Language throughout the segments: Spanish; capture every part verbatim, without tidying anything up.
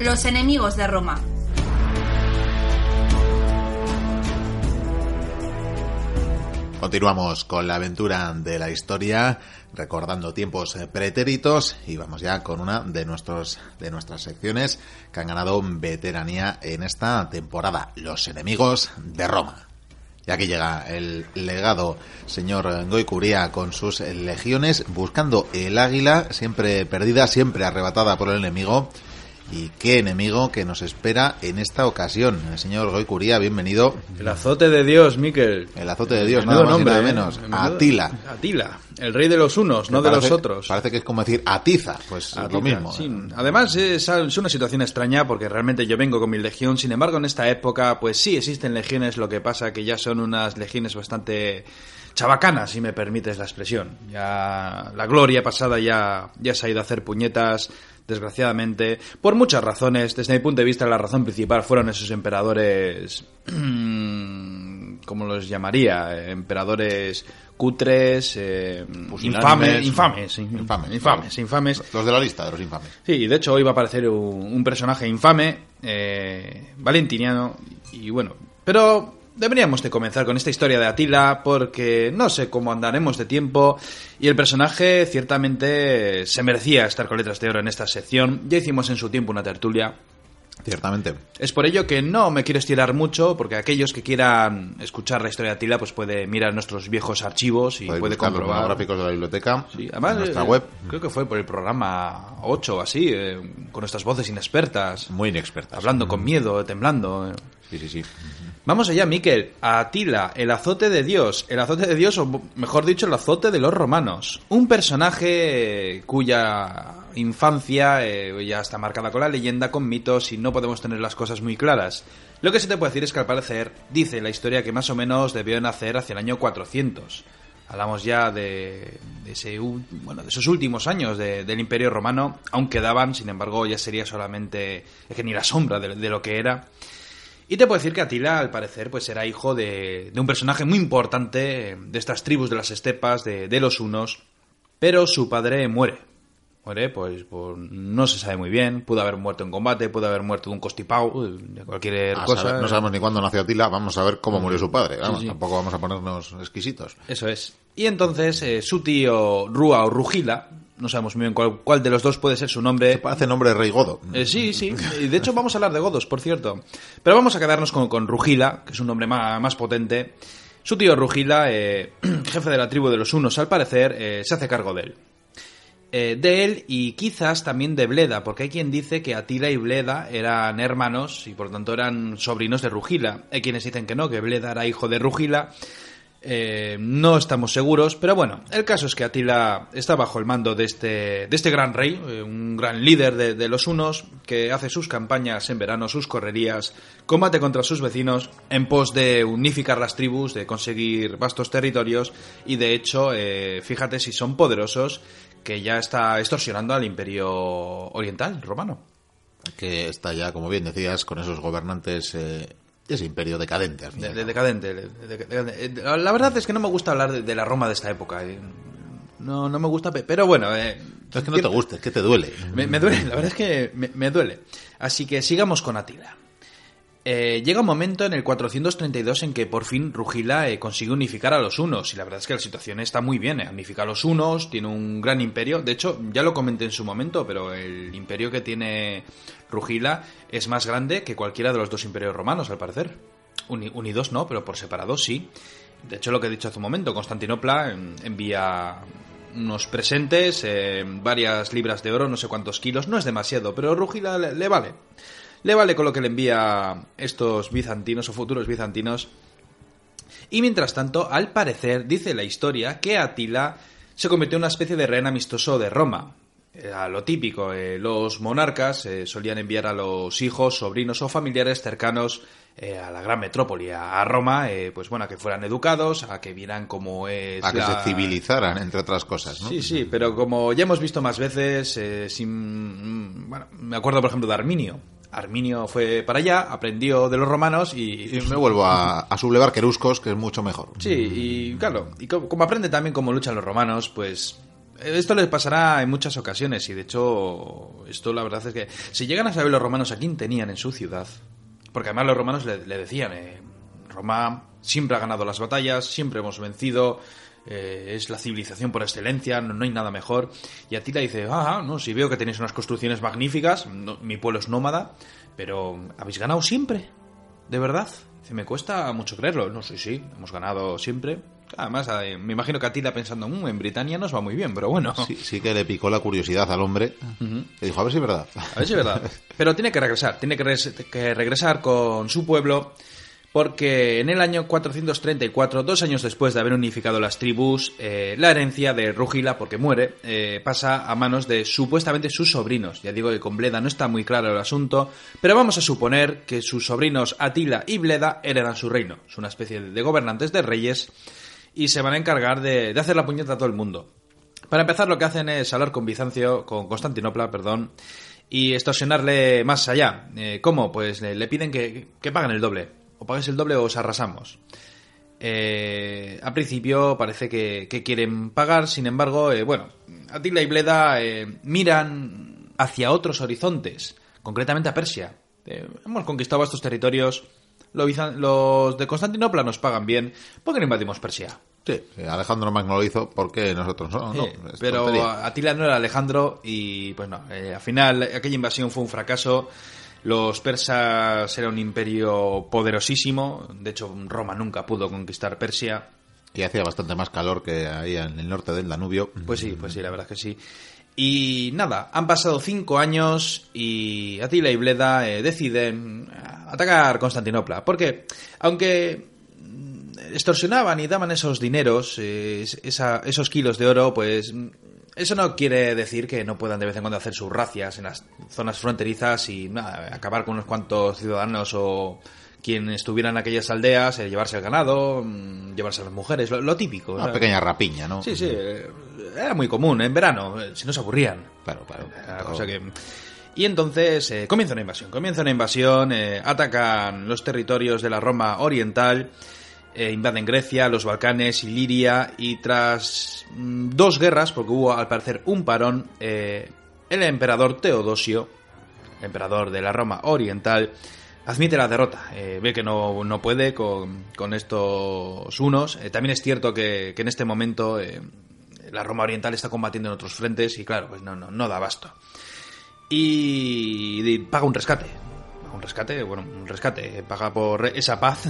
Los enemigos de Roma. Continuamos con la aventura de la historia, recordando tiempos pretéritos, y vamos ya con una de nuestros de nuestras secciones que han ganado veteranía en esta temporada, Los enemigos de Roma. Y aquí llega el legado señor Goicuría con sus legiones, buscando el águila, siempre perdida, siempre arrebatada por el enemigo. Y qué enemigo que nos espera en esta ocasión. El señor Goicuría, bienvenido. El azote de Dios, Miquel. El azote de Dios, nada más nombre, y nada menos. ¿eh? Atila. Atila, el rey de los unos, no parece, de los otros. Parece que es como decir Atiza, pues Atila, lo mismo. Sí. Además es, es una situación extraña porque realmente yo vengo con mi legión. Sin embargo, en esta época, pues sí existen legiones, lo que pasa que ya son unas legiones bastante chabacanas, si me permites la expresión. Ya la gloria pasada ya, ya se ha ido a hacer puñetas, desgraciadamente, por muchas razones. Desde mi punto de vista, la razón principal fueron esos emperadores, ¿cómo los llamaría? Emperadores cutres, eh, infames, infames, infames, infames, infames. Los de la lista de los infames. Sí, de hecho hoy va a aparecer un, un personaje infame, eh, valentiniano, y bueno, pero deberíamos de comenzar con esta historia de Atila porque no sé cómo andaremos de tiempo y el personaje ciertamente se merecía estar con letras de oro en esta sección. Ya hicimos en su tiempo una tertulia. Ciertamente. Es por ello que no me quiero estirar mucho, porque aquellos que quieran escuchar la historia de Atila pues puede mirar nuestros viejos archivos y Podéis puede buscar comprobar los monográficos de la biblioteca, sí, además, en nuestra eh, web. Creo que fue por el programa ocho o así, eh, con nuestras voces inexpertas. Muy inexpertas. Hablando con miedo, temblando. Eh. Sí, sí, sí. Vamos allá, Miquel. Atila, el azote de Dios. El azote de Dios, o mejor dicho, el azote de los romanos. Un personaje cuya infancia eh, ya está marcada con la leyenda, con mitos, y no podemos tener las cosas muy claras. Lo que sí te puedo decir es que al parecer dice la historia que más o menos debió nacer hacia el año cuatrocientos. Hablamos ya de, de, ese, bueno, de esos últimos años de, del Imperio Romano. Aún quedaban, sin embargo, ya sería solamente es que ni la sombra de, de lo que era. Y te puedo decir que Atila, al parecer, pues era hijo de, de un personaje muy importante de estas tribus de las estepas, de, de los hunos, pero su padre muere. Muere, pues, pues no se sabe muy bien. Pudo haber muerto en combate, pudo haber muerto de un constipado, de cualquier a cosa. Saber, no sabemos ni cuándo nació Atila, vamos a ver cómo murió su padre. Vamos, sí, sí. Tampoco vamos a ponernos exquisitos. Eso es. Y entonces eh, su tío Rúa o Rugila, no sabemos muy bien cuál, cuál de los dos puede ser su nombre. Se parece nombre de rey godo. Eh, sí, sí. Y de hecho vamos a hablar de godos, por cierto. Pero vamos a quedarnos con, con Rugila, que es un nombre más, más potente. Su tío Rugila, eh, jefe de la tribu de los hunos, al parecer, eh, se hace cargo de él. Eh, de él y quizás también de Bleda, porque hay quien dice que Atila y Bleda eran hermanos y por tanto eran sobrinos de Rugila. Hay quienes dicen que no, que Bleda era hijo de Rugila. Eh, no estamos seguros, pero bueno, el caso es que Atila está bajo el mando de este, de este gran rey, eh, un gran líder de, de los hunos, que hace sus campañas en verano, sus correrías, combate contra sus vecinos en pos de unificar las tribus, de conseguir vastos territorios y de hecho, eh, fíjate si son poderosos, que ya está extorsionando al imperio oriental romano. Que está ya, como bien decías, con esos gobernantes... Eh... ese imperio decadente, al final. De, de, decadente, de, de, de, la verdad es que no me gusta hablar de, de la Roma de esta época. No, no me gusta, pero bueno... Eh, no es que no te guste, es que te duele. Me, me duele, la verdad es que me, me duele. Así que sigamos con Atila. Eh, llega un momento en el cuatrocientos treinta y dos en que por fin Rugila eh, consigue unificar a los hunos. Y la verdad es que la situación está muy bien. Eh. Unifica a los hunos, tiene un gran imperio. De hecho, ya lo comenté en su momento, pero el imperio que tiene Rugila es más grande que cualquiera de los dos imperios romanos, al parecer. Uni- unidos no, pero por separado sí. De hecho, lo que he dicho hace un momento, Constantinopla envía unos presentes, eh, varias libras de oro, no sé cuántos kilos. No es demasiado, pero Rugila le, le vale. Le vale con lo que le envía estos bizantinos o futuros bizantinos. Y mientras tanto, al parecer, dice la historia que Atila se convirtió en una especie de rehén amistoso de Roma. Era lo típico, eh, los monarcas eh, solían enviar a los hijos, sobrinos o familiares cercanos eh, a la gran metrópoli, a, a Roma, eh, pues bueno, a que fueran educados, a que vieran cómo es a que la... se civilizaran, entre otras cosas, ¿no? Sí, sí, pero como ya hemos visto más veces, eh, sin... bueno, me acuerdo por ejemplo de Arminio. Arminio fue para allá, aprendió de los romanos y... y me vuelvo a, a sublevar queruscos, que es mucho mejor. Sí, y claro, y como aprende también cómo luchan los romanos, pues Esto les pasará en muchas ocasiones y de hecho esto la verdad es que si llegan a saber los romanos a quién tenían en su ciudad, porque además los romanos le, le decían, eh, Roma siempre ha ganado las batallas, siempre hemos vencido, eh, es la civilización por excelencia, no, no hay nada mejor. Y Atila dice, ah, no, si veo que tenéis unas construcciones magníficas, no, mi pueblo es nómada, pero ¿habéis ganado siempre? ¿De verdad? Dice, me cuesta mucho creerlo. No, sí, sí, hemos ganado siempre. Además, eh, me imagino que Atila pensando, mmm, en Britania nos va muy bien, pero bueno. Sí, sí que le picó la curiosidad al hombre. Uh-huh. Que dijo, a ver si es verdad. A ver si es verdad. Pero tiene que regresar, tiene que, res- que regresar con su pueblo, porque en el año cuatrocientos treinta y cuatro, dos años después de haber unificado las tribus, eh, la herencia de Rúgila, porque muere, eh, pasa a manos de supuestamente sus sobrinos. Ya digo que con Bleda no está muy claro el asunto, pero vamos a suponer que sus sobrinos Atila y Bleda heredan su reino. Es una especie de gobernantes de reyes y se van a encargar de, de hacer la puñeta a todo el mundo. Para empezar, lo que hacen es hablar con Bizancio, con Constantinopla, perdón, y extorsionarle más allá. Eh, ¿Cómo? Pues le, le piden que, que paguen el doble. O pagues el doble o os arrasamos. Eh, a principio parece que, que quieren pagar, sin embargo, eh, bueno, Atila y Bleda eh, miran hacia otros horizontes, concretamente a Persia. Eh, hemos conquistado estos territorios. Los de Constantinopla nos pagan bien. ¿Por qué no invadimos Persia? Sí, Alejandro Magno lo hizo, porque nosotros no. no sí, pero tontería. Atila no era Alejandro y pues no. Eh, al final aquella invasión fue un fracaso. Los persas era un imperio poderosísimo. De hecho, Roma nunca pudo conquistar Persia. Y hacía bastante más calor que ahí en el norte del Danubio. Pues sí, pues sí, la verdad es que sí. Y nada, han pasado cinco años y Atila y Bleda eh, deciden atacar Constantinopla. Porque, aunque extorsionaban y daban esos dineros, eh, esa, esos kilos de oro, pues eso no quiere decir que no puedan de vez en cuando hacer sus racias en las zonas fronterizas y nada, acabar con unos cuantos ciudadanos o quien estuviera en aquellas aldeas, eh, llevarse el ganado, llevarse a las mujeres, lo, lo típico. Una ¿sabes? Pequeña rapiña, ¿no? Sí, sí, era muy común, en verano, si no se aburrían. Claro, claro. Era la cosa que... Y entonces eh, comienza una invasión, comienza una invasión, eh, atacan los territorios de la Roma oriental, eh, invaden Grecia, los Balcanes, Iliria, y tras mm, dos guerras, porque hubo al parecer un parón, eh, el emperador Teodosio, emperador de la Roma oriental, admite la derrota, eh, ve que no, no puede con, con estos hunos. Eh, también es cierto que, que en este momento eh, la Roma oriental está combatiendo en otros frentes y claro, pues no, no, no da abasto. Y, y paga un rescate, un rescate, bueno, un rescate, paga por esa paz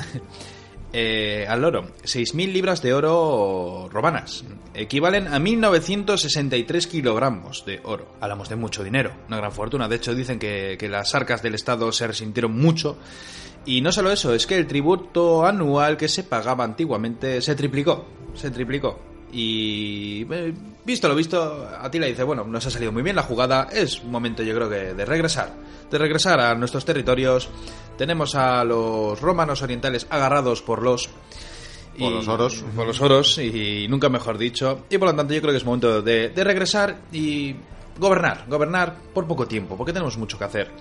eh, al oro. seis mil libras de oro romanas, equivalen a mil novecientos sesenta y tres kilogramos de oro. Hablamos de mucho dinero, una gran fortuna. De hecho, dicen que, que las arcas del Estado se resintieron mucho. Y no solo eso, es que el tributo anual que se pagaba antiguamente se triplicó, se triplicó. Y eh, visto lo visto, Atila dice, bueno, nos ha salido muy bien la jugada, es momento yo creo que de regresar, de regresar a nuestros territorios. Tenemos a los romanos orientales agarrados por los... Por y, los oros. Por los oros, y nunca mejor dicho. Y por lo tanto yo creo que es momento de, de regresar y gobernar, gobernar por poco tiempo, porque tenemos mucho que hacer.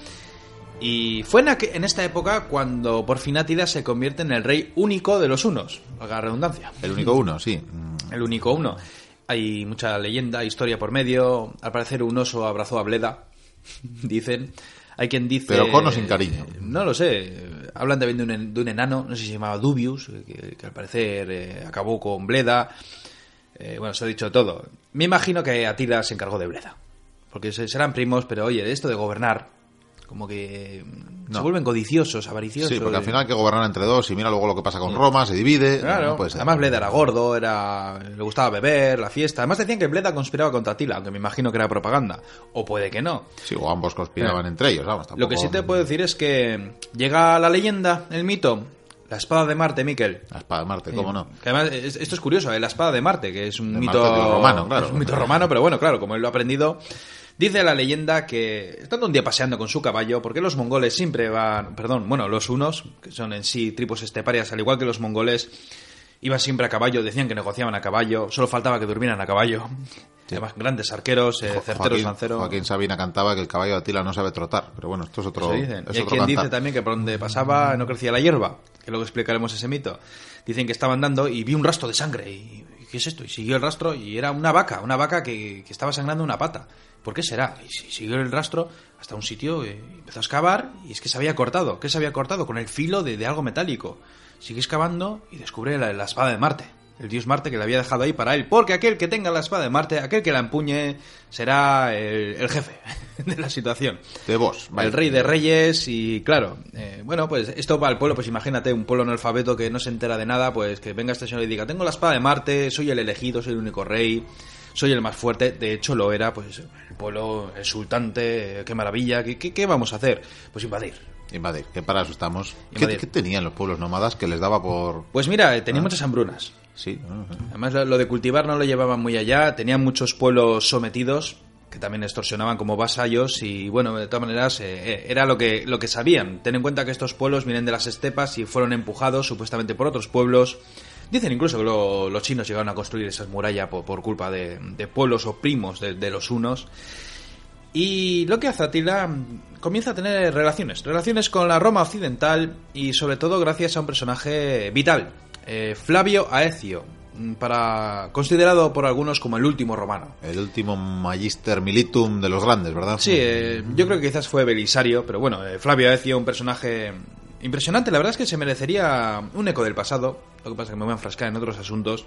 Y fue en, aqu- en esta época cuando por fin Atila se convierte en el rey único de los hunos, valga la redundancia. El único uno, sí. El único uno. Hay mucha leyenda, historia por medio. Al parecer un oso abrazó a Bleda, dicen. Hay quien dice... Pero con o sin cariño. No lo sé. Hablan también de un, de un enano, no sé si se llamaba Dubius, que, que al parecer eh, acabó con Bleda. Eh, bueno, se ha dicho todo. Me imagino que Atila se encargó de Bleda. Porque serán primos, pero oye, esto de gobernar... Como que no. Se vuelven codiciosos, avariciosos. Sí, porque al final hay que gobernar entre dos y mira luego lo que pasa con sí. Roma, se divide. Claro, no puede ser. Además Bleda era gordo, era le gustaba beber, la fiesta. Además decían que Bleda conspiraba contra Atila, aunque me imagino que era propaganda. O puede que no. Sí, o ambos conspiraban eh. entre ellos. Vamos, tampoco... Lo que sí te puedo decir es que llega la leyenda, el mito, la espada de Marte, Miquel. La espada de Marte, ¿cómo no? Que además, esto es curioso, ¿eh? La espada de Marte, que es un de mito Marte, romano, claro. Es un mito romano, pero bueno, claro, como él lo ha aprendido... Dice la leyenda que, estando un día paseando con su caballo, porque los mongoles siempre van... Perdón, bueno, los hunos, que son en sí tribus esteparias, al igual que los mongoles, iban siempre a caballo, decían que negociaban a caballo, solo faltaba que durmieran a caballo. Sí. Además, grandes arqueros, eh, certeros Joaquín, lanceros... Joaquín Sabina cantaba que el caballo de Atila no sabe trotar, pero bueno, esto es otro... Eso dicen. Es y hay otro quien cantar. dice también que por donde pasaba no crecía la hierba, que luego explicaremos ese mito. Dicen que estaba andando y vi un rastro de sangre y... ¿qué es esto? Y siguió el rastro y era una vaca, una vaca que, que estaba sangrando una pata. ¿Por qué será? Y siguió el rastro hasta un sitio, eh, empezó a excavar y es que se había cortado. ¿Qué se había cortado? Con el filo de, de algo metálico. Sigue excavando y descubre la, la espada de Marte. El dios Marte que la había dejado ahí para él. Porque aquel que tenga la espada de Marte, aquel que la empuñe, será el, el jefe de la situación. De vos. Vale. El rey de reyes y claro, eh, bueno, pues esto para el pueblo, pues imagínate un pueblo analfabeto que no se entera de nada, pues que venga este señor y diga, tengo la espada de Marte, soy el elegido, soy el único rey, soy el más fuerte. De hecho lo era, pues el pueblo exultante, qué maravilla, ¿qué, qué, qué vamos a hacer? Pues invadir. Invadir, que para eso estamos. ¿Qué, ¿Qué tenían los pueblos nómadas que les daba por...? Pues mira, tenían ¿Ah? muchas hambrunas. Sí. Uh-huh. Además lo de cultivar no lo llevaban muy allá, tenían muchos pueblos sometidos que también extorsionaban como vasallos y bueno, de todas maneras eh, era lo que, lo que sabían. Ten en cuenta que estos pueblos vienen de las estepas y fueron empujados supuestamente por otros pueblos. Dicen incluso que lo, los chinos llegaron a construir esas murallas por, por culpa de, de pueblos o primos de, de los hunos. Y lo que hace Atila, comienza a tener relaciones, relaciones con la Roma occidental y sobre todo gracias a un personaje vital, eh, Flavio Aecio, para considerado por algunos como el último romano. El último magister militum de los grandes, ¿verdad? Sí, eh, yo creo que quizás fue Belisario, pero bueno, eh, Flavio Aecio, un personaje impresionante, la verdad es que se merecería un eco del pasado, lo que pasa es que me voy a enfrascar en otros asuntos.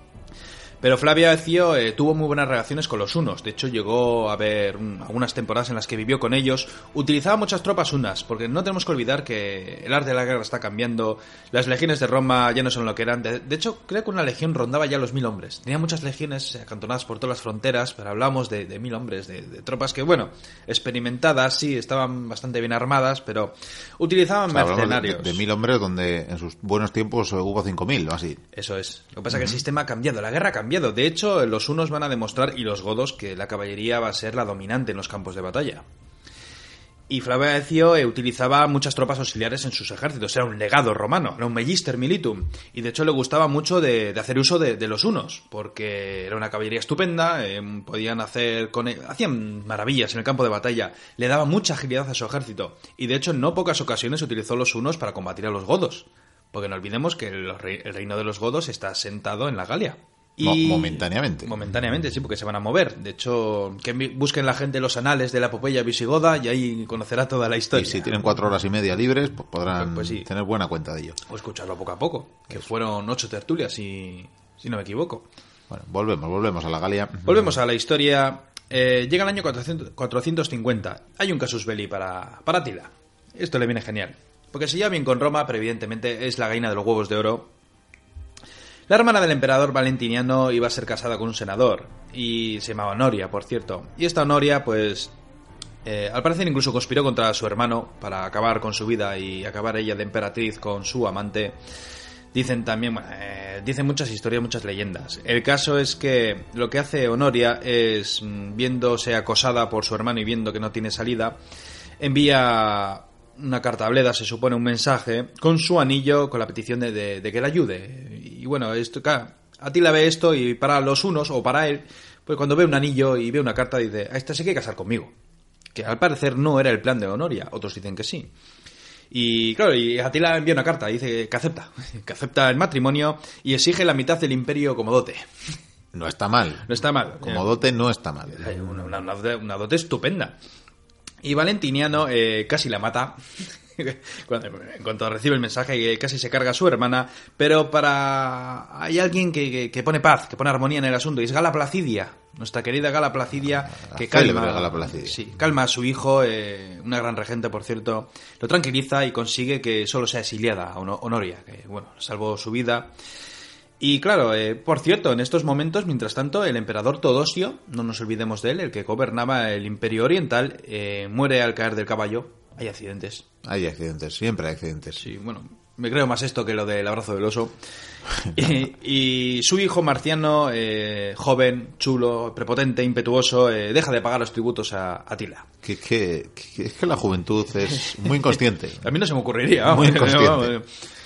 Pero Flavio Aecio eh, tuvo muy buenas relaciones con los hunos. De hecho, llegó a haber un, algunas temporadas en las que vivió con ellos. Utilizaba muchas tropas hunas, porque no tenemos que olvidar que el arte de la guerra está cambiando. Las legiones de Roma ya no son lo que eran. De, de hecho, creo que una legión rondaba ya los mil hombres. Tenía muchas legiones acantonadas por todas las fronteras, pero hablábamos de, de mil hombres, de, de tropas que, bueno, experimentadas, sí, estaban bastante bien armadas, pero utilizaban, o sea, mercenarios. De, de mil hombres donde en sus buenos tiempos hubo cinco mil o así. Eso es. Lo que pasa es uh-huh. que el sistema ha cambiado, la guerra ha cambiado. De hecho, los hunos van a demostrar, y los godos, que la caballería va a ser la dominante en los campos de batalla. Y Flavio Aecio eh, utilizaba muchas tropas auxiliares en sus ejércitos. Era un legado romano, era un magister militum. Y de hecho le gustaba mucho de, de hacer uso de, de los hunos, porque era una caballería estupenda, eh, podían hacer con él, hacían maravillas en el campo de batalla, le daba mucha agilidad a su ejército. Y de hecho en no pocas ocasiones utilizó los hunos para combatir a los godos. Porque no olvidemos que el, el reino de los godos está asentado en la Galia. Y momentáneamente. Momentáneamente, sí, porque se van a mover. De hecho, que busquen la gente los anales de la epopeya visigoda y ahí conocerá toda la historia. Y si tienen cuatro horas y media libres, pues podrán pues, pues sí. tener buena cuenta de ello. O escucharlo poco a poco, que Eso. fueron ocho tertulias, si, si no me equivoco. Bueno, volvemos, volvemos a la Galia. Volvemos a la historia. Eh, llega el año cuatrocientos cincuenta. Hay un casus belli para, para Atila. Esto le viene genial. Porque se lleva bien con Roma, pero evidentemente es la gallina de los huevos de oro. La hermana del emperador Valentiniano iba a ser casada con un senador, y se llamaba Honoria, por cierto. Y esta Honoria, pues, eh, al parecer incluso conspiró contra su hermano para acabar con su vida y acabar ella de emperatriz con su amante. Dicen también, eh, dicen muchas historias, muchas leyendas. El caso es que lo que hace Honoria es, viéndose acosada por su hermano y viendo que no tiene salida, envía una carta a Bleda, se supone un mensaje, con su anillo, con la petición de, de, de que le ayude. Y bueno, esto, claro, Atila ve esto y para los unos, o para él, pues cuando ve un anillo y ve una carta dice, a esta se quiere casar conmigo. Que al parecer no era el plan de Honoria, otros dicen que sí. Y claro, y Atila envía una carta, dice que acepta, que acepta el matrimonio y exige la mitad del imperio como dote. No está mal. No está mal. Como dote no está mal. Una, una, una, una dote estupenda. Y Valentiniano eh, casi la mata cuando, en cuanto recibe el mensaje, casi se carga a su hermana, pero para hay alguien que, que, que pone paz, que pone armonía en el asunto, y es Gala Placidia, nuestra querida Gala Placidia, que calma, Gala Placidia. Sí, calma a su hijo, eh, una gran regente, por cierto, lo tranquiliza y consigue que solo sea exiliada a Honoria, que bueno, salvó su vida. Y claro, eh, por cierto, en estos momentos, mientras tanto, el emperador Teodosio, no nos olvidemos de él, el que gobernaba el Imperio Oriental, eh, muere al caer del caballo. Hay accidentes. Hay accidentes, siempre hay accidentes. Sí, bueno, me creo más esto que lo del abrazo del oso. y, y su hijo Marciano, eh, joven, chulo, prepotente, impetuoso, eh, deja de pagar los tributos a Atila. Que, que, que, es que la juventud es muy inconsciente. A mí no se me ocurriría. Vamos, muy inconsciente.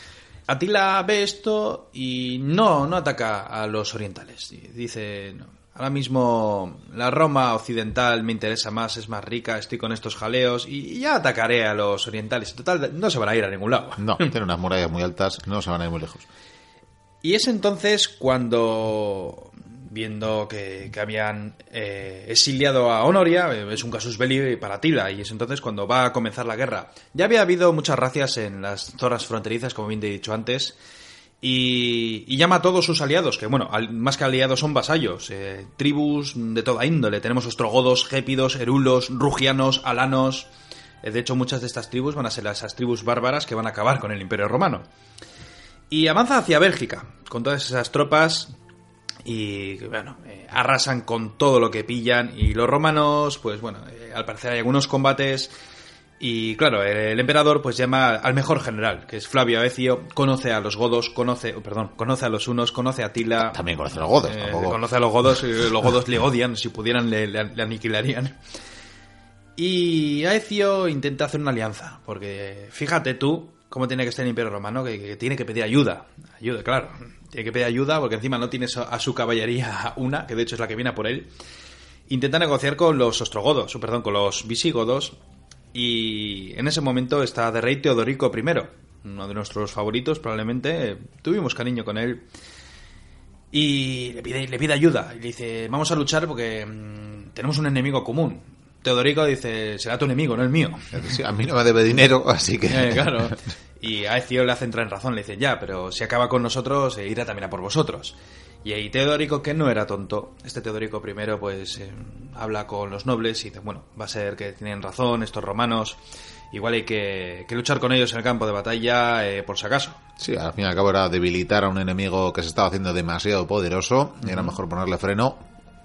Atila ve esto y no, no ataca a los orientales. Dice, no, ahora mismo la Roma occidental me interesa más, es más rica, estoy con estos jaleos y ya atacaré a los orientales. Total, no se van a ir a ningún lado. No, tienen unas murallas muy altas, no se van a ir muy lejos. Y es entonces cuando, viendo que, que habían eh, exiliado a Honoria, es un casus belli para Atila, y es entonces cuando va a comenzar la guerra. Ya había habido muchas racias en las zonas fronterizas, como bien te he dicho antes, y, y llama a todos sus aliados, que bueno, al, más que aliados son vasallos, eh, tribus de toda índole. Tenemos ostrogodos, gépidos, erulos, rugianos, alanos. Eh, de hecho, muchas de estas tribus van a ser esas tribus bárbaras que van a acabar con el Imperio Romano. Y avanza hacia Bélgica, con todas esas tropas, y bueno, eh, arrasan con todo lo que pillan. Y los romanos, pues bueno, eh, al parecer hay algunos combates. Y claro, el emperador pues llama al mejor general, que es Flavio Aecio, conoce a los godos, conoce, perdón, conoce a los hunos, conoce a Atila. También conoce a los godos, eh, tampoco. Conoce a los godos, y los godos le odian, si pudieran le, le, le aniquilarían. Y Aecio intenta hacer una alianza, porque fíjate tú cómo tiene que estar el Imperio Romano, que, que tiene que pedir ayuda. Ayuda, claro. Tiene que pedir ayuda porque encima no tiene a su caballería una, que de hecho es la que viene a por él. Intenta negociar con los ostrogodos, perdón, con los visigodos. Y en ese momento está de rey Teodorico primero, uno de nuestros favoritos probablemente. Tuvimos cariño con él. Y le pide, le pide ayuda. Y le dice, vamos a luchar porque mmm, tenemos un enemigo común. Teodorico dice, será tu enemigo, no el mío. Sí, a mí no me debe dinero, así que... Eh, claro. Y a Aecio le hace entrar en razón. Le dice, ya, pero si acaba con nosotros, eh, irá también a por vosotros. Y ahí Teodorico, que no era tonto, este Teodorico primero, pues eh, habla con los nobles y dice, bueno, va a ser que tienen razón estos romanos, igual hay que, que luchar con ellos en el campo de batalla eh, por si acaso. Sí, al fin y al cabo era debilitar a un enemigo que se estaba haciendo demasiado poderoso, y era mejor ponerle freno,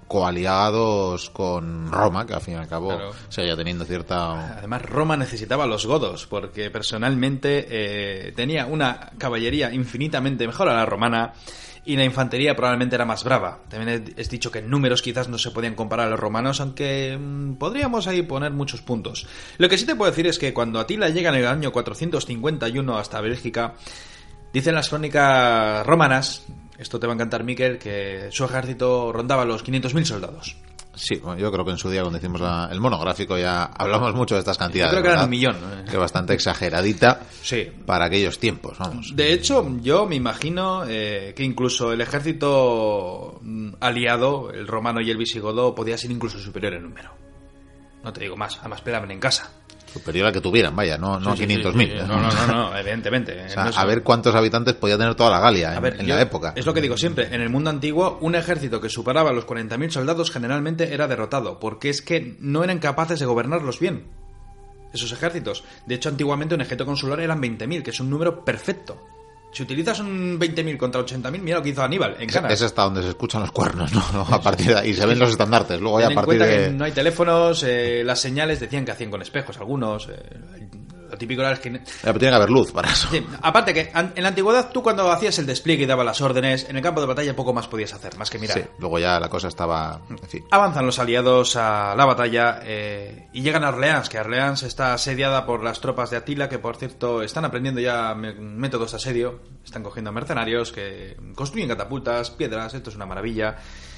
coaliados con Roma, que al fin y al cabo claro. seguía teniendo cierta... Además, Roma necesitaba a los godos, porque personalmente eh, tenía una caballería infinitamente mejor a la romana, y la infantería probablemente era más brava. También es dicho que en números quizás no se podían comparar a los romanos, aunque mmm, podríamos ahí poner muchos puntos. Lo que sí te puedo decir es que cuando Atila llega en el año cuatrocientos cincuenta y uno hasta Bélgica, dicen las crónicas romanas, esto te va a encantar, Miquel, que su ejército rondaba los quinientos mil soldados. Sí, bueno, yo creo que en su día cuando hicimos la, el monográfico ya hablamos mucho de estas cantidades. Yo creo que ¿verdad? eran un millón. ¿eh? Que bastante exageradita sí. para aquellos tiempos, vamos. De hecho, yo me imagino eh, que incluso el ejército aliado, el romano y el visigodo, podía ser incluso superior en número. No te digo más, además esperaban en casa. Superior a que tuvieran, vaya, no, no sí, a quinientos mil. Sí, sí. No, no, no, no, evidentemente. O sea, a ver cuántos habitantes podía tener toda la Galia en, a ver, en yo, la época. Es lo que digo siempre, en el mundo antiguo, un ejército que superaba los cuarenta mil soldados generalmente era derrotado, porque es que no eran capaces de gobernarlos bien, esos ejércitos. De hecho, antiguamente un ejército consular eran veinte mil, que es un número perfecto. Si utilizas un veinte mil contra ochenta mil, mira lo que hizo Aníbal en Canas. Es hasta donde se escuchan los cuernos, ¿no? A partir de ahí se ven los estandartes. Luego ya a partir en cuenta de... que no hay teléfonos, eh, las señales decían que hacían con espejos algunos. Eh, lo típico era que... Pero tiene que haber luz para eso. Sí, aparte que en la antigüedad tú cuando hacías el despliegue y dabas las órdenes, en el campo de batalla poco más podías hacer, más que mirar. Sí, luego ya la cosa estaba... En fin. Avanzan los aliados a la batalla eh, y llegan a Orleans, que Orleans está asediada por las tropas de Atila, que por cierto están aprendiendo ya métodos de asedio, están cogiendo a mercenarios que construyen catapultas, piedras, esto es una maravilla.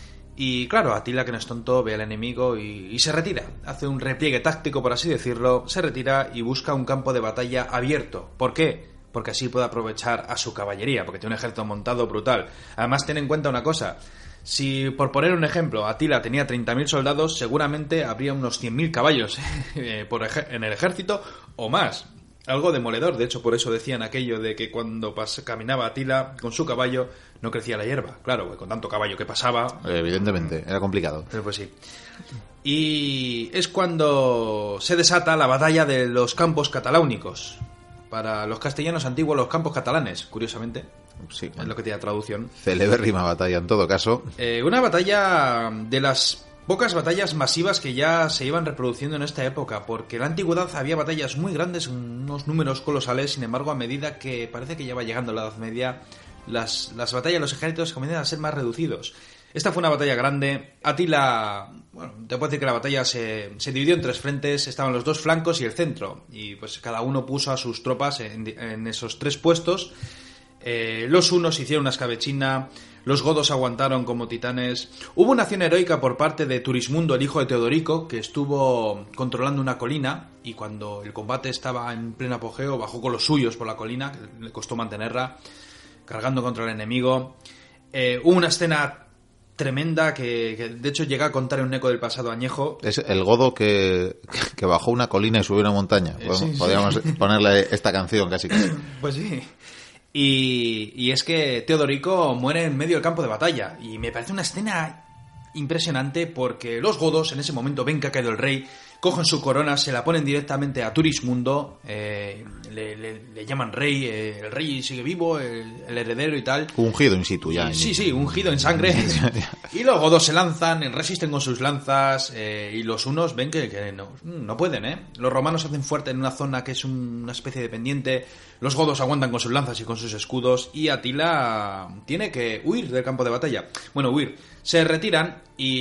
Y claro, Atila, que no es tonto, ve al enemigo y, y se retira. Hace un repliegue táctico, por así decirlo, se retira y busca un campo de batalla abierto. ¿Por qué? Porque así puede aprovechar a su caballería, porque tiene un ejército montado brutal. Además, ten en cuenta una cosa. Si, por poner un ejemplo, Atila tenía treinta mil soldados, seguramente habría unos cien mil caballos eh, por ej- en el ejército o más. Algo demoledor, de hecho por eso decían aquello de que cuando pas- caminaba Atila con su caballo no crecía la hierba. Claro, con tanto caballo que pasaba... Evidentemente, era complicado. Pero pues sí. Y es cuando se desata la batalla de los campos cataláunicos. Para los castellanos antiguos, los campos catalanes, curiosamente. Sí, bueno, es lo que tiene traducción. Celebérrima batalla en todo caso. Eh, una batalla de las... pocas batallas masivas que ya se iban reproduciendo en esta época, porque en la antigüedad había batallas muy grandes, unos números colosales. Sin embargo, a medida que parece que ya va llegando la Edad Media, las, las batallas, los ejércitos comienzan a ser más reducidos. Esta fue una batalla grande. Atila, bueno, te puedo decir que la batalla se, se dividió en tres frentes, estaban los dos flancos y el centro, y pues cada uno puso a sus tropas en, en esos tres puestos. Eh, los hunos hicieron una escabechina, los godos aguantaron como titanes. Hubo una acción heroica por parte de Turismundo, el hijo de Teodorico, que estuvo controlando una colina, y cuando el combate estaba en pleno apogeo bajó con los suyos por la colina, que le costó mantenerla. cargando contra el enemigo. Eh, hubo una escena tremenda que, que de hecho llega a contar un eco del pasado añejo. Es el godo que, que bajó una colina y subió una montaña. Eh, sí, Podríamos sí. ponerle esta canción casi casi. Pues sí. Y, y es que Teodorico muere en medio del campo de batalla. Y me parece una escena impresionante porque los godos en ese momento ven que ha caído el rey, cogen su corona, se la ponen directamente a Turismundo, eh, le, le, le llaman rey, eh, el rey sigue vivo, el, el heredero y tal. Ungido in situ ya. Sí, sí, ungido en sangre. Y los godos se lanzan, resisten con sus lanzas, eh, y los hunos ven que, que no, no pueden, ¿eh? Los romanos se hacen fuerte en una zona que es un, una especie de pendiente, los godos aguantan con sus lanzas y con sus escudos, y Atila tiene que huir del campo de batalla. Bueno, huir. Se retiran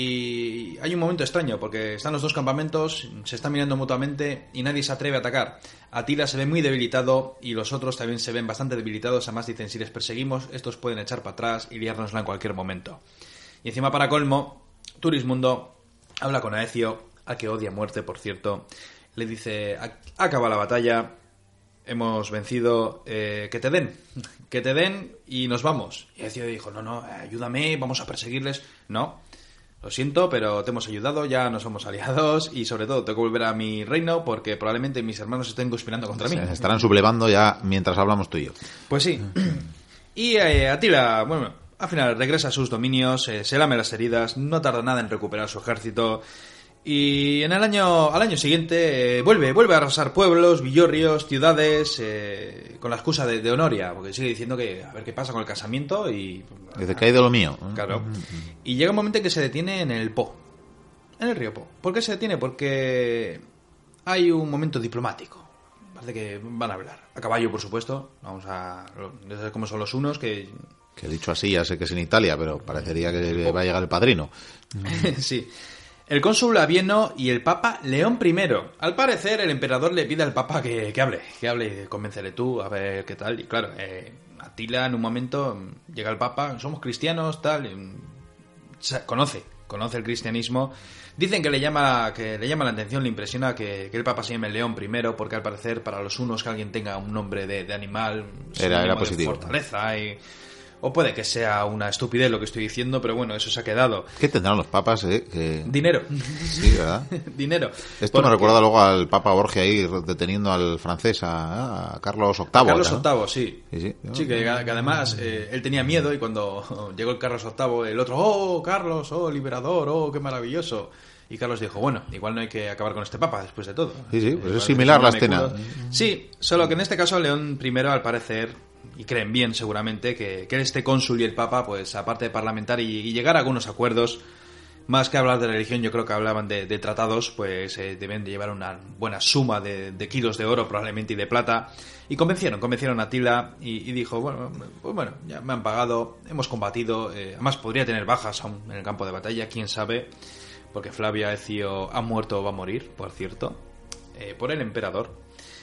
y hay un momento extraño porque están los dos campamentos, se están mirando mutuamente y nadie se atreve a atacar. Atila se ve muy debilitado y los otros también se ven bastante debilitados. Además dicen, si les perseguimos, estos pueden echar para atrás y liárnosla en cualquier momento. Y encima, para colmo, Turismundo habla con Aecio, al que odia a muerte, por cierto. Le dice, acaba la batalla, hemos vencido, eh, que te den, que te den y nos vamos. Y Aecio dijo, no, no, ayúdame, vamos a perseguirles. No, lo siento, pero te hemos ayudado, ya nos somos aliados y sobre todo tengo que volver a mi reino porque probablemente mis hermanos estén conspirando contra mí. Se estarán sublevando ya mientras hablamos tú y yo. Pues sí. Y eh, Atila, bueno, al final regresa a sus dominios, eh, se lame las heridas, no tarda nada en recuperar su ejército. Y en el año al año siguiente eh, vuelve vuelve a arrasar pueblos, villorrios, ciudades, eh, con la excusa de, de Honoria, porque sigue diciendo que a ver qué pasa con el casamiento y... Dice que hay de lo mío. Claro. Y llega un momento en que se detiene en el Po, en el río Po. ¿Por qué se detiene? Porque hay un momento diplomático. Parece que van a hablar. A caballo, por supuesto. Vamos a... No sé cómo son los unos que... Que dicho así, ya sé que es en Italia, pero parecería que va a llegar el padrino. Sí. El cónsul Avieno y el papa León primero. Al parecer, el emperador le pide al papa que, que hable, que hable y convéncele tú, a ver qué tal. Y claro, eh, Atila en un momento llega el papa, somos cristianos, tal, y, conoce, conoce el cristianismo. Dicen que le llama que le llama la atención, le impresiona que, que el papa se llame León primero, porque al parecer para los unos que alguien tenga un nombre de, de animal, era, era positivo. Fortaleza y... O puede que sea una estupidez lo que estoy diciendo, pero bueno, eso se ha quedado. ¿Qué tendrán los papas, eh? Que... Dinero. Sí, ¿verdad? Dinero. Esto Porque... me recuerda luego al Papa Borgia ahí deteniendo al francés, a, a Carlos octavo. Carlos ¿no? octavo, sí. Sí, sí. Sí, que, que además eh, él tenía miedo y cuando llegó el Carlos octavo, el otro, oh, Carlos, oh, liberador, oh, qué maravilloso. Y Carlos dijo, bueno, igual no hay que acabar con este papa después de todo. Sí, sí, pues igual es similar la escena. Sí, solo que en este caso León primero, al parecer... y creen bien seguramente que, que este cónsul y el papa, pues aparte de parlamentar y, y llegar a algunos acuerdos, más que hablar de religión, yo creo que hablaban de, de tratados, pues eh, deben de llevar una buena suma de, de kilos de oro probablemente y de plata, y convencieron, convencieron a Atila y, y dijo, bueno, pues bueno, ya me han pagado, hemos combatido, eh, además podría tener bajas aún en el campo de batalla, quién sabe, porque Flavio Aecio ha muerto o va a morir, por cierto, eh, por el emperador.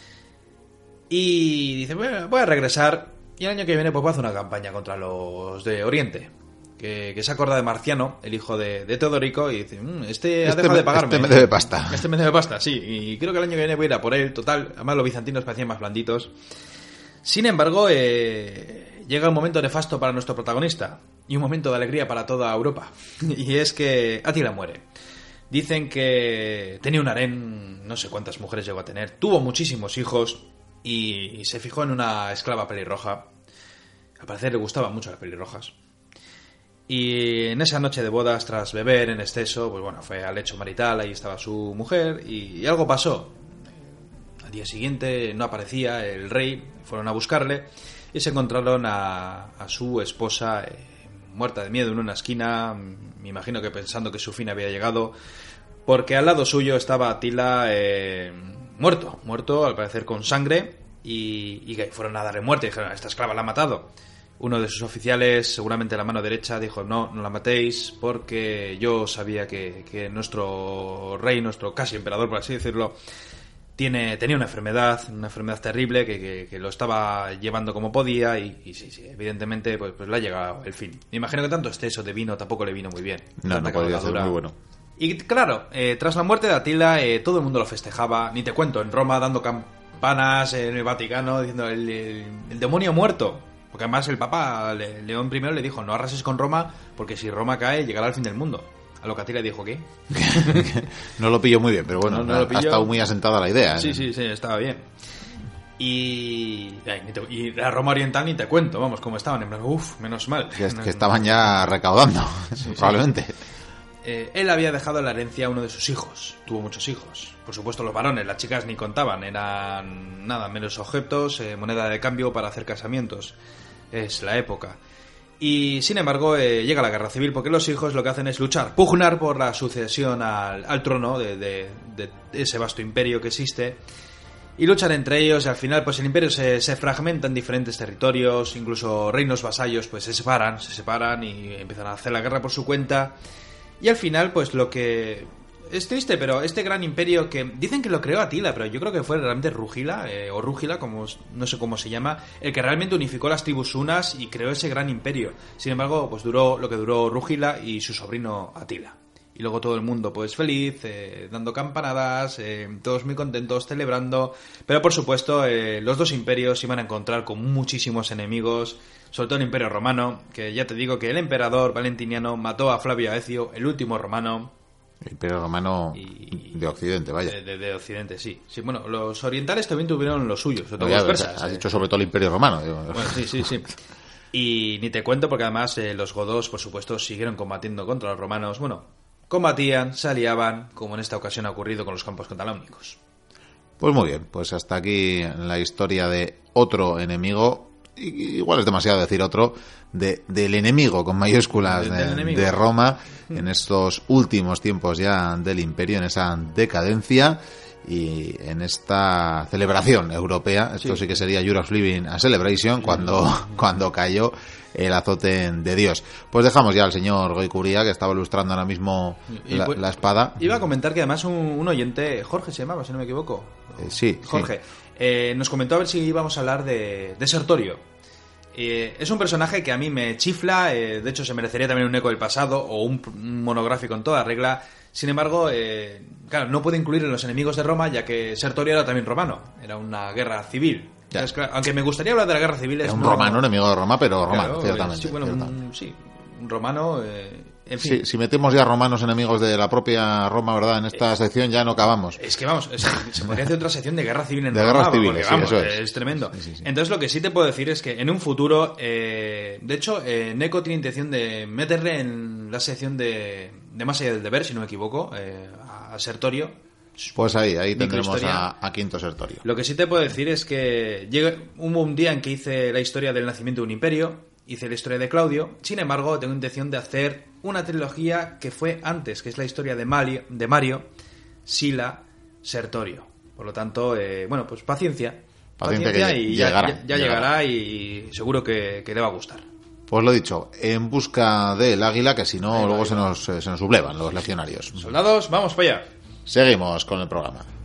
Y dice, bueno, voy a regresar y el año que viene pues voy a hacer una campaña contra los de Oriente. Que, que se acuerda de Marciano, el hijo de, de Teodorico, y dice, mmm, este, este ha dejado me, de pagarme. Este me debe pasta. Este me debe pasta, sí. Y creo que el año que viene voy a ir a por él, total. Además los bizantinos parecían más blanditos. Sin embargo, eh, llega un momento nefasto para nuestro protagonista. Y un momento de alegría para toda Europa. Y es que Atila muere. Dicen que tenía un harén, no sé cuántas mujeres llegó a tener. Tuvo muchísimos hijos. Y se fijó en una esclava pelirroja. Al parecer le gustaban mucho las pelirrojas. Y en esa noche de bodas, tras beber en exceso, pues bueno, fue al lecho marital, ahí estaba su mujer, y, y algo pasó. Al día siguiente no aparecía el rey, fueron a buscarle, y se encontraron a, a su esposa eh, muerta de miedo en una esquina, me imagino que pensando que su fin había llegado, porque al lado suyo estaba Atila eh, muerto, muerto al parecer con sangre, y, y fueron a darle muerte, y dijeron, esta esclava la ha matado. Uno de sus oficiales, seguramente la mano derecha, dijo, no, no la matéis, porque yo sabía que, que nuestro rey, nuestro casi emperador, por así decirlo, tiene, tenía una enfermedad, una enfermedad terrible, que, que, que lo estaba llevando como podía, y, y sí, sí, evidentemente, pues, pues le ha llegado el fin. Me imagino que tanto exceso de vino tampoco le vino muy bien. No, no podría ser muy bueno. Y claro, eh, tras la muerte de Atila, eh, todo el mundo lo festejaba, ni te cuento, en Roma dando campanas, en el Vaticano, diciendo, el, el, el demonio muerto. Porque además el Papa Le- León primero le dijo, no arrases con Roma, porque si Roma cae, llegará el fin del mundo. A lo que Atila dijo, ¿qué? No lo pilló muy bien, pero bueno, No, no ha, lo pilló. ha estado muy asentada la idea. Sí, ¿eh? sí, sí, estaba bien. Y, ay, ni te- y la Roma Oriental ni te cuento, vamos, cómo estaban. En plan, uff, menos mal. Que, que estaban ya recaudando, probablemente. Eh, él había dejado la herencia a uno de sus hijos. Tuvo muchos hijos. Por supuesto, los varones, las chicas ni contaban. Eran nada, menos objetos, eh, moneda de cambio para hacer casamientos. Es la época. Y, sin embargo, eh, llega la guerra civil porque los hijos lo que hacen es luchar, pugnar por la sucesión al, al trono de, de, de ese vasto imperio que existe. Y luchan entre ellos y al final pues el imperio se, se fragmenta en diferentes territorios, incluso reinos vasallos pues se separan, se separan y empiezan a hacer la guerra por su cuenta. Y al final pues lo que... Es triste, pero este gran imperio que dicen que lo creó Atila, pero yo creo que fue realmente Rúgila, eh, o Rúgila, como no sé cómo se llama, el que realmente unificó las tribus hunas y creó ese gran imperio. Sin embargo, pues duró lo que duró Rúgila y su sobrino Atila. Y luego todo el mundo pues feliz, eh, dando campanadas, eh, todos muy contentos, celebrando. Pero por supuesto eh, los dos imperios iban a encontrar con muchísimos enemigos, sobre todo el Imperio Romano, que ya te digo que el emperador Valentiniano mató a Flavio Aecio, el último romano. El Imperio Romano Y- de Occidente, vaya. De, de- de Occidente, sí. Sí, bueno, los orientales también tuvieron los suyos, sobre todo No, ya, los persas. has eh. dicho sobre todo el Imperio Romano. Digo. Bueno, sí, sí, sí. Y ni te cuento porque además eh, los godos, por supuesto, siguieron combatiendo contra los romanos. Bueno, combatían, se aliaban, como en esta ocasión ha ocurrido con los campos cataláunicos. Pues muy bien, pues hasta aquí la historia de otro enemigo, i- igual es demasiado decir otro, de, del enemigo con mayúsculas De- de, del enemigo. de Roma en estos últimos tiempos ya del imperio, en esa decadencia y en esta celebración europea. Esto sí, Sí. que sería Europe's Living a Celebration cuando, cuando cayó el azote de Dios. Pues dejamos ya al señor Goicuría, que estaba ilustrando ahora mismo Y la, pues- la espada. Iba a comentar que además un, un oyente, Jorge se llamaba, si no me equivoco. Eh, sí, sí. Jorge, eh, nos comentó a ver si íbamos a hablar de, de Sertorio. Eh, es un personaje que a mí me chifla, eh, de hecho se merecería también un eco del pasado o un, un monográfico en toda regla. Sin embargo, eh, claro, no puede incluir en los enemigos de Roma, ya que Sertorio era también romano, era una guerra civil. Ya. Entonces, claro, aunque me gustaría hablar de la guerra civil, Es es un no- romano, enemigo de Roma, pero romano, Claro, ciertamente. sí, bueno, ciertamente. un, sí, un romano, eh, en fin. Sí, si metemos ya romanos enemigos de la propia Roma, ¿verdad? En esta sección ya no acabamos. Es que vamos, o sea, se podría hacer otra sección de guerra civil en De Roma, guerras porque, civiles, sí, vamos, eso es. es. tremendo. Sí, sí, sí. Entonces lo que sí te puedo decir es que en un futuro, eh, de hecho, eh, Neko tiene intención de meterle en la sección de, de Más allá del deber, si no me equivoco, eh, a Sertorio. Pues ahí, ahí tendremos Microhistoria. a, a Quinto Sertorio. Lo que sí te puedo decir es que llega, hubo un día en que hice la historia del nacimiento de un imperio, hice la historia de Claudio, sin embargo tengo intención de hacer una trilogía que fue antes, que es la historia de Mario, de Mario Sila, Sertorio. Por lo tanto, eh, bueno, pues paciencia. Paciencia que y ya llegará, ya, ya llegará. llegará y seguro que, que le va a gustar. Pues lo dicho, en busca del águila, que si no, Ahí va, luego ahí se va. nos, eh, se nos sublevan los legionarios. Soldados, vamos para allá. Seguimos con el programa.